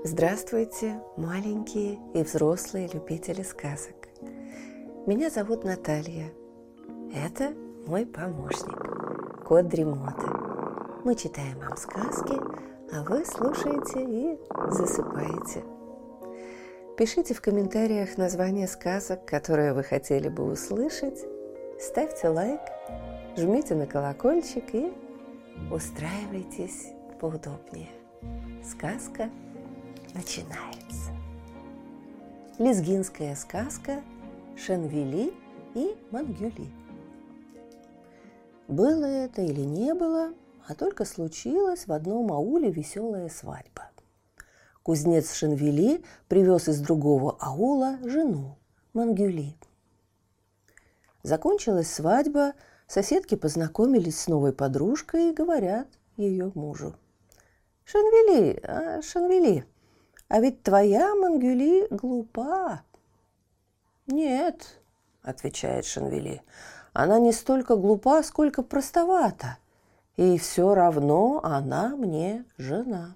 Здравствуйте, маленькие и взрослые любители сказок. Меня зовут Наталья. Это мой помощник, кот Дремота. Мы читаем вам сказки, а вы слушаете и засыпаете. Пишите в комментариях названия сказок, которые вы хотели бы услышать. Ставьте лайк, жмите на колокольчик и устраивайтесь поудобнее. Сказка начинается. Лезгинская сказка «Шенвели и Мангюли». Было это или не было, а только случилась в одном ауле веселая свадьба. Кузнец Шенвели привез из другого аула жену Мангюли. Закончилась свадьба, соседки познакомились с новой подружкой и говорят ее мужу: Шенвели, а ведь твоя Мангюли глупа». «Нет», — отвечает Шенвели, — «она не столько глупа, сколько простовата, и все равно она мне жена».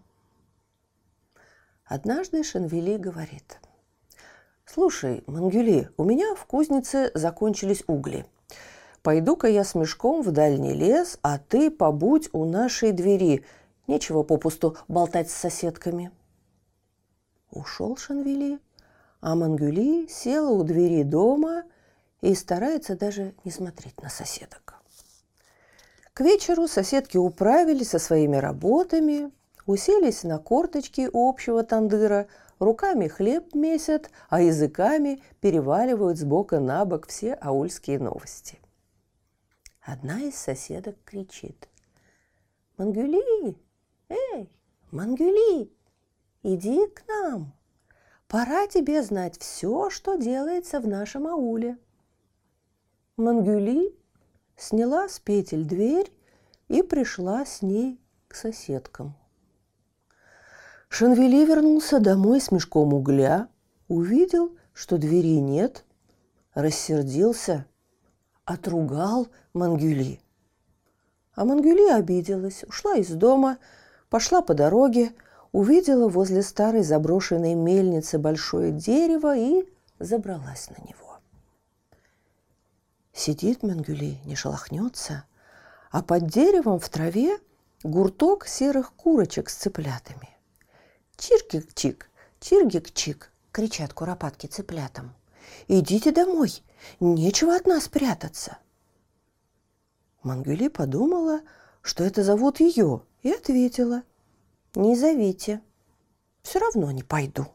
Однажды Шенвели говорит: «Слушай, Мангюли, у меня в кузнице закончились угли. Пойду-ка я с мешком в дальний лес, а ты побудь у нашей двери. Нечего попусту болтать с соседками». Ушел Шенвели, а Мангюли села у двери дома и старается даже не смотреть на соседок. К вечеру соседки управились со своими работами, уселись на корточки у общего тандыра, руками хлеб месят, а языками переваливают с бока на бок все аульские новости. Одна из соседок кричит: «Мангюли! Эй, Мангюли, иди к нам! Пора тебе знать все, что делается в нашем ауле». Мангюли сняла с петель дверь и пришла с ней к соседкам. Шенвели вернулся домой с мешком угля, увидел, что двери нет, рассердился, отругал Мангюли. А Мангюли обиделась, ушла из дома, пошла по дороге, увидела возле старой заброшенной мельницы большое дерево и забралась на него. Сидит Мангюли, не шелохнется, а под деревом в траве гурток серых курочек с цыплятами. «Чиргик-чик, чиргик-чик!» — кричат куропатки цыплятам. «Идите домой, нечего от нас прятаться». Мангюли подумала, что это зовут ее, и ответила: «Не зовите, все равно не пойду».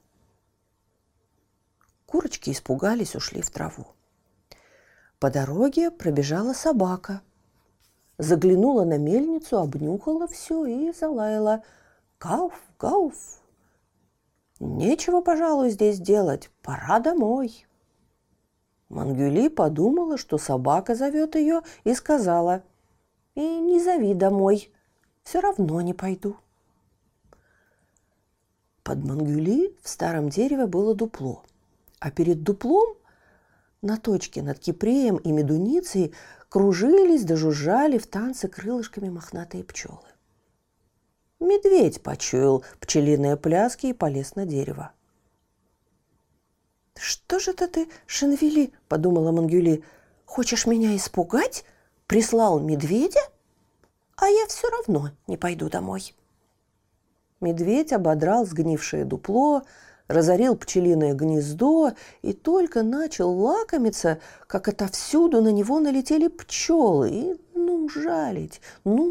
Курочки испугались, ушли в траву. По дороге пробежала собака, заглянула на мельницу, обнюхала все и залаяла: «Гауф, гауф! Нечего, пожалуй, здесь делать, пора домой». Мангюли подумала, что собака зовет ее, и сказала: «И не зови домой, все равно не пойду». Под Мангюли в старом дереве было дупло, а перед дуплом на точке над Кипреем и Медуницей кружились да жужжали в танце крылышками мохнатые пчелы. Медведь почуял пчелиные пляски и полез на дерево. «Что же это ты, Шенвели, — подумала Мангюли, — хочешь меня испугать? Прислал медведя? А я все равно не пойду домой». Медведь ободрал сгнившее дупло, разорил пчелиное гнездо и только начал лакомиться, как отовсюду на него налетели пчелы и ну жалить.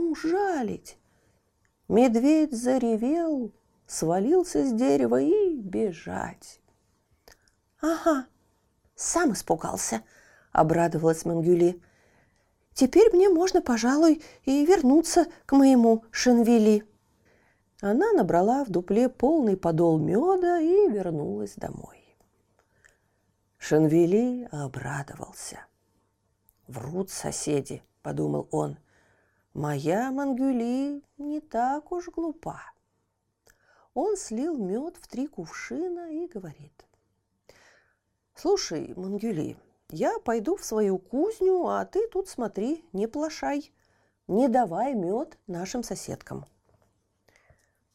Медведь заревел, свалился с дерева и бежать. «Ага, сам испугался», — обрадовалась Мангюли. «Теперь мне можно, пожалуй, и вернуться к моему Шенвели». Она набрала в дупле полный подол меда и вернулась домой. Шенвели обрадовался. «Врут соседи», — подумал он. «Моя Мангюли не так уж глупа». Он слил мед в 3 кувшина и говорит: «Слушай, Мангюли, я пойду в свою кузню, а ты тут смотри, не плашай, не давай мед нашим соседкам».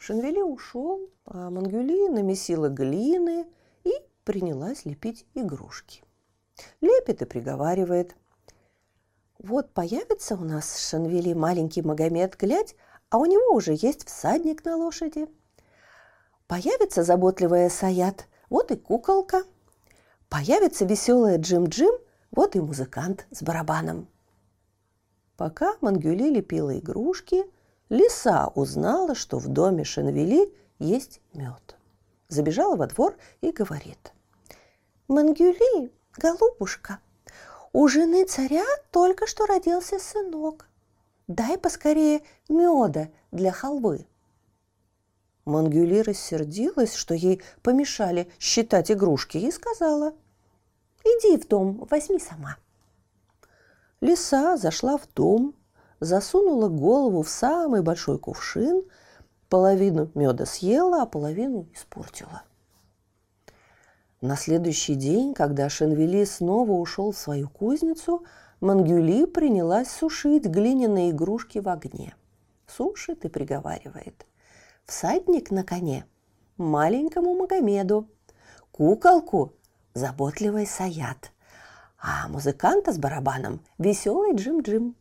Шенвели ушел, а Мангюли намесила глины и принялась лепить игрушки. Лепит и приговаривает: вот появится у нас с Шенвели маленький Магомед, глядь, а у него уже есть всадник на лошади. Появится заботливая Саят, вот и куколка. Появится веселая Джим-Джим, вот и музыкант с барабаном. Пока Мангюли лепила игрушки, лиса узнала, что в доме Шенвели есть мед. Забежала во двор и говорит: «Мангюли, голубушка, у жены царя только что родился сынок. Дай поскорее меда для халвы». Мангюли рассердилась, что ей помешали считать игрушки, и сказала: «Иди в дом, возьми сама». Лиса зашла в дом, засунула голову в самый большой кувшин, половину меда съела, а половину испортила. На следующий день, когда Шенвели снова ушел в свою кузницу, Мангюли принялась сушить глиняные игрушки в огне. Сушит и приговаривает: всадник на коне маленькому Магомеду, куколку заботливый Саят, а музыканта с барабаном веселый Джим-Джим.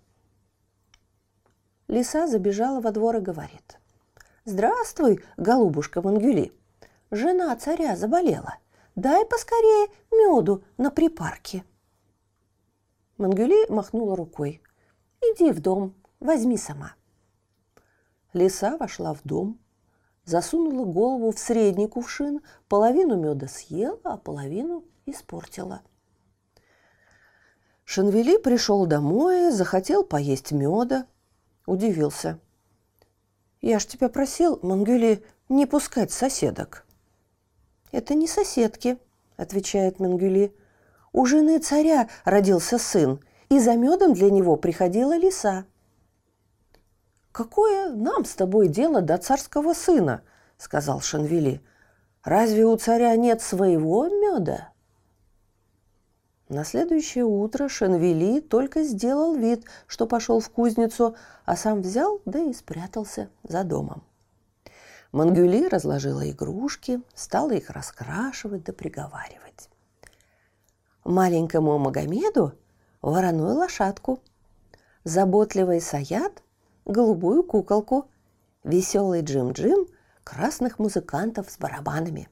Лиса забежала во двор и говорит: «Здравствуй, голубушка Мангюли, жена царя заболела, дай поскорее меду на припарке». Мангюли махнула рукой: «Иди в дом, возьми сама». Лиса вошла в дом, засунула голову в средний кувшин, половину меда съела, а половину испортила. Шенвели пришел домой, захотел поесть меда, удивился: «Я ж тебя просил, Мангюли, не пускать соседок». «Это не соседки», — отвечает Мангюли. «У жены царя родился сын, и за медом для него приходила лиса». «Какое нам с тобой дело до царского сына?» — сказал Шенвели. «Разве у царя нет своего меда?» На следующее утро Шенвели только сделал вид, что пошел в кузницу, а сам взял, да и спрятался за домом. Мангюли разложила игрушки, стала их раскрашивать да приговаривать: маленькому Магомеду вороную лошадку, заботливый Саят голубую куколку, веселый Джим-Джим красных музыкантов с барабанами.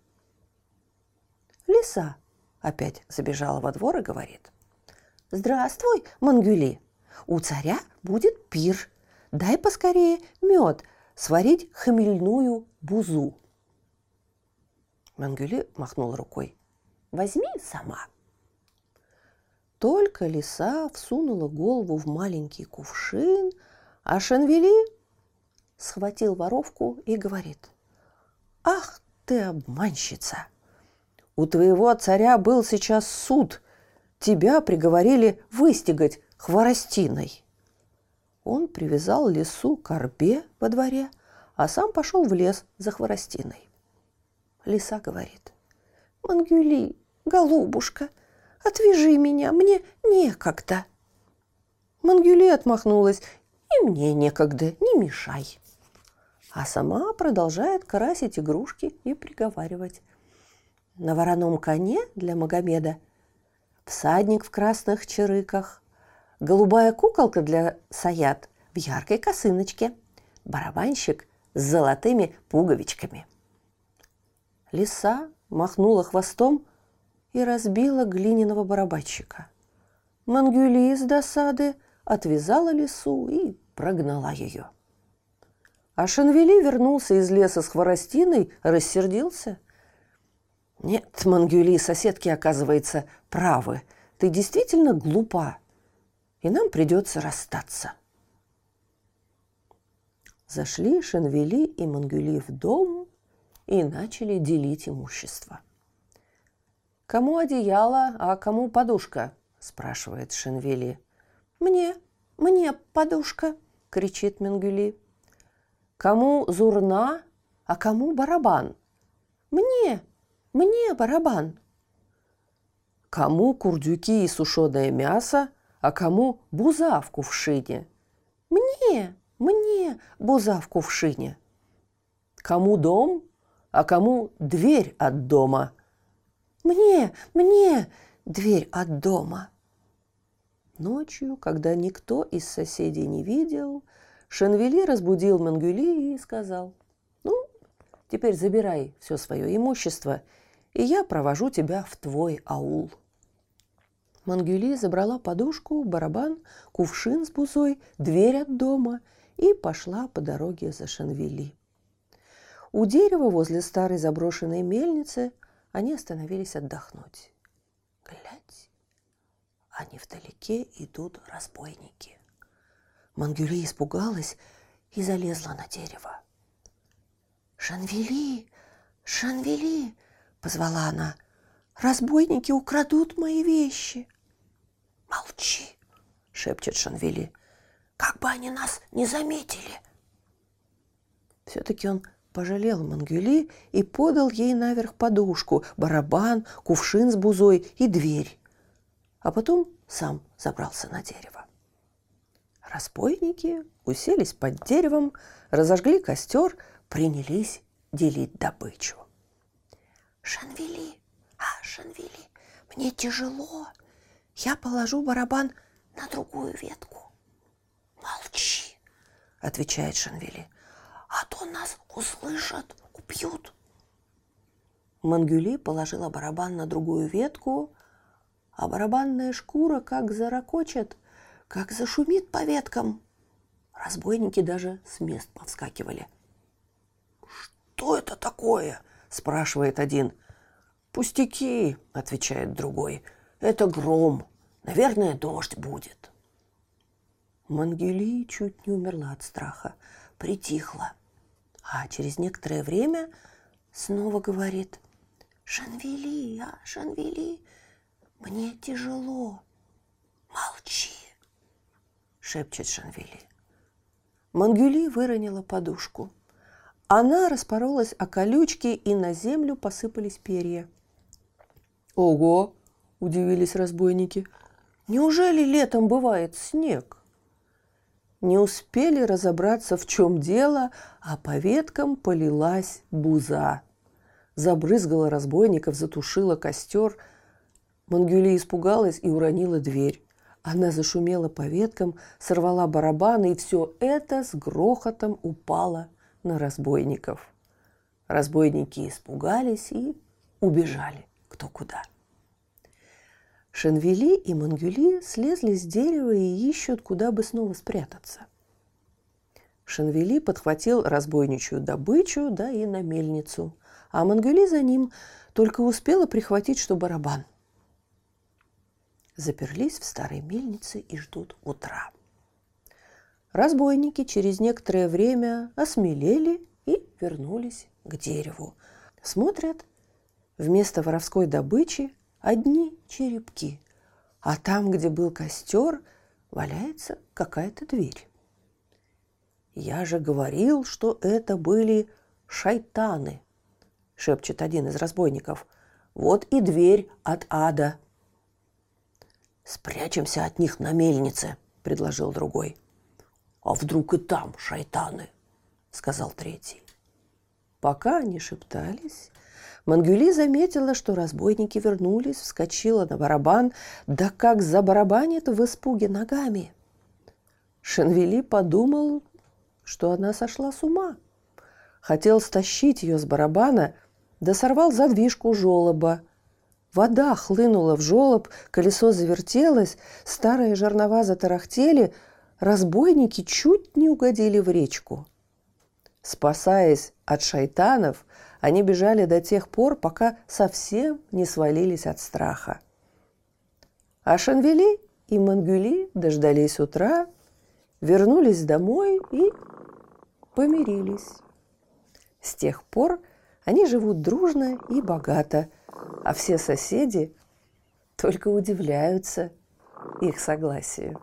Лиса опять забежала во двор и говорит: «Здравствуй, Мангюли, у царя будет пир, дай поскорее мед сварить хмельную бузу». Мангюли махнула рукой: «Возьми сама». Только лиса всунула голову в маленький кувшин, а Шенвели схватил воровку и говорит: «Ах ты, обманщица! У твоего царя был сейчас суд, тебя приговорили выстигать хворостиной». Он привязал лису к орбе во дворе, а сам пошел в лес за хворостиной. Лиса говорит: «Мангюли, голубушка, отвяжи меня, мне некогда». Мангюли отмахнулась: «И мне некогда, не мешай». А сама продолжает красить игрушки и приговаривать: на вороном коне для Магомеда всадник в красных чарыках, голубая куколка для Саят в яркой косыночке, барабанщик с золотыми пуговичками. Лиса махнула хвостом и разбила глиняного барабанщика. Мангюли с досады отвязала лису и прогнала ее. А Шенвели вернулся из леса с хворостиной, рассердился: «Нет, Мангюли, соседки, оказывается, правы. Ты действительно глупа, и нам придется расстаться». Зашли Шенвели и Мангюли в дом и начали делить имущество. «Кому одеяло, а кому подушка?» – спрашивает Шенвели. Мне подушка!» – кричит Мангюли. «Кому зурна, а кому барабан?» Мне барабан». «Кому курдюки и сушеное мясо, а кому буза в кувшине?» Мне буза в кувшине». Кому дом, а кому дверь от дома? Мне дверь от дома. Ночью, когда никто из соседей не видел, Шенвели разбудил Мангюли и сказал: «Ну, теперь забирай все свое имущество, и я провожу тебя в твой аул». Мангюли забрала подушку, барабан, кувшин с бузой, дверь от дома и пошла по дороге за Шенвели. У дерева возле старой заброшенной мельницы они остановились отдохнуть. Глядь, они вдалеке идут разбойники. Мангюли испугалась и залезла на дерево. «Шенвели, Шенвели!» – позвала она. «Разбойники украдут мои вещи!» «Молчи!» – шепчет Шенвели. «Как бы они нас не заметили!» Все-таки он пожалел Мангюли и подал ей наверх подушку, барабан, кувшин с бузой и дверь. А потом сам забрался на дерево. Разбойники уселись под деревом, разожгли костер, принялись делить добычу. «Шенвели, Шенвели, мне тяжело. Я положу барабан на другую ветку». «Молчи», — отвечает Шенвели, «а то нас услышат, убьют». Мангюли положила барабан на другую ветку, а барабанная шкура как зарокочет, как зашумит по веткам. Разбойники даже с мест повскакивали. «Что это такое?» – спрашивает один. «Пустяки», – отвечает другой. «Это гром. Наверное, дождь будет». Мангюли чуть не умерла от страха, притихла. А через некоторое время снова говорит: «Шенвели, Шенвели, мне тяжело». «Молчи», — шепчет Шенвели. Мангюли выронила подушку. Она распоролась о колючки, и на землю посыпались перья. «Ого!» – удивились разбойники. «Неужели летом бывает снег?» Не успели разобраться, в чем дело, а по веткам полилась буза. Забрызгала разбойников, затушила костер. Мангюли испугалась и уронила дверь. Она зашумела по веткам, сорвала барабаны, и все это с грохотом упало на разбойников. Разбойники испугались и убежали кто куда. Шенвели и Мангюли слезли с дерева и ищут, куда бы снова спрятаться. Шенвели подхватил разбойничью добычу, да и на мельницу, а Мангюли за ним только успела прихватить, что барабан. Заперлись в старой мельнице и ждут утра. Разбойники через некоторое время осмелели и вернулись к дереву. Смотрят, вместо воровской добычи одни черепки, а там, где был костер, валяется какая-то дверь. «Я же говорил, что это были шайтаны», – шепчет один из разбойников. «Вот и дверь от ада». «Спрячемся от них на мельнице», – предложил другой. «А вдруг и там шайтаны?» – сказал третий. Пока они шептались, Мангюли заметила, что разбойники вернулись, вскочила на барабан, да как забарабанит в испуге ногами. Шенвели подумал, что она сошла с ума. Хотел стащить ее с барабана, да сорвал задвижку желоба. Вода хлынула в желоб, колесо завертелось, старые жернова затарахтели, разбойники чуть не угодили в речку. Спасаясь от шайтанов, они бежали до тех пор, пока совсем не свалились от страха. А Шенвели и Мангюли дождались утра, вернулись домой и помирились. С тех пор они живут дружно и богато, а все соседи только удивляются их согласию.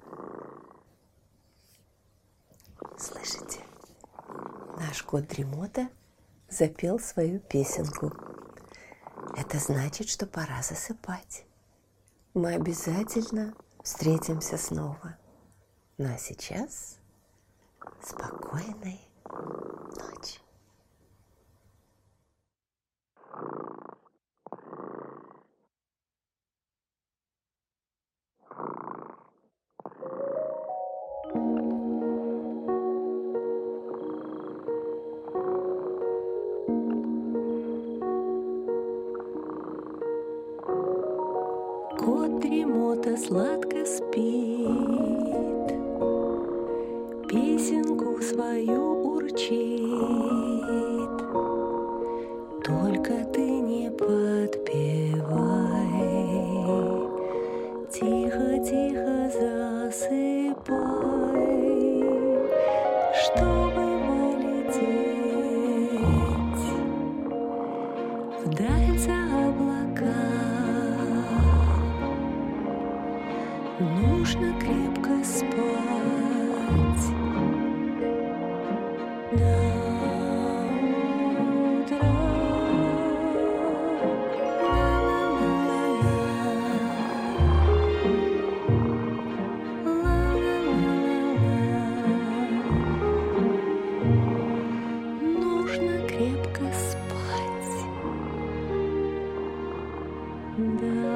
Слышите? Наш кот Дремота запел свою песенку. Это значит, что пора засыпать. Мы обязательно встретимся снова. Ну а сейчас спокойной ночи. вот дремота сладко спит, песенку свою урчит. Только ты не подпевай, тихо-тихо засыпай, чтобы полететь вдаль за облака. Нужно крепко спать до утра. Нужно крепко спать до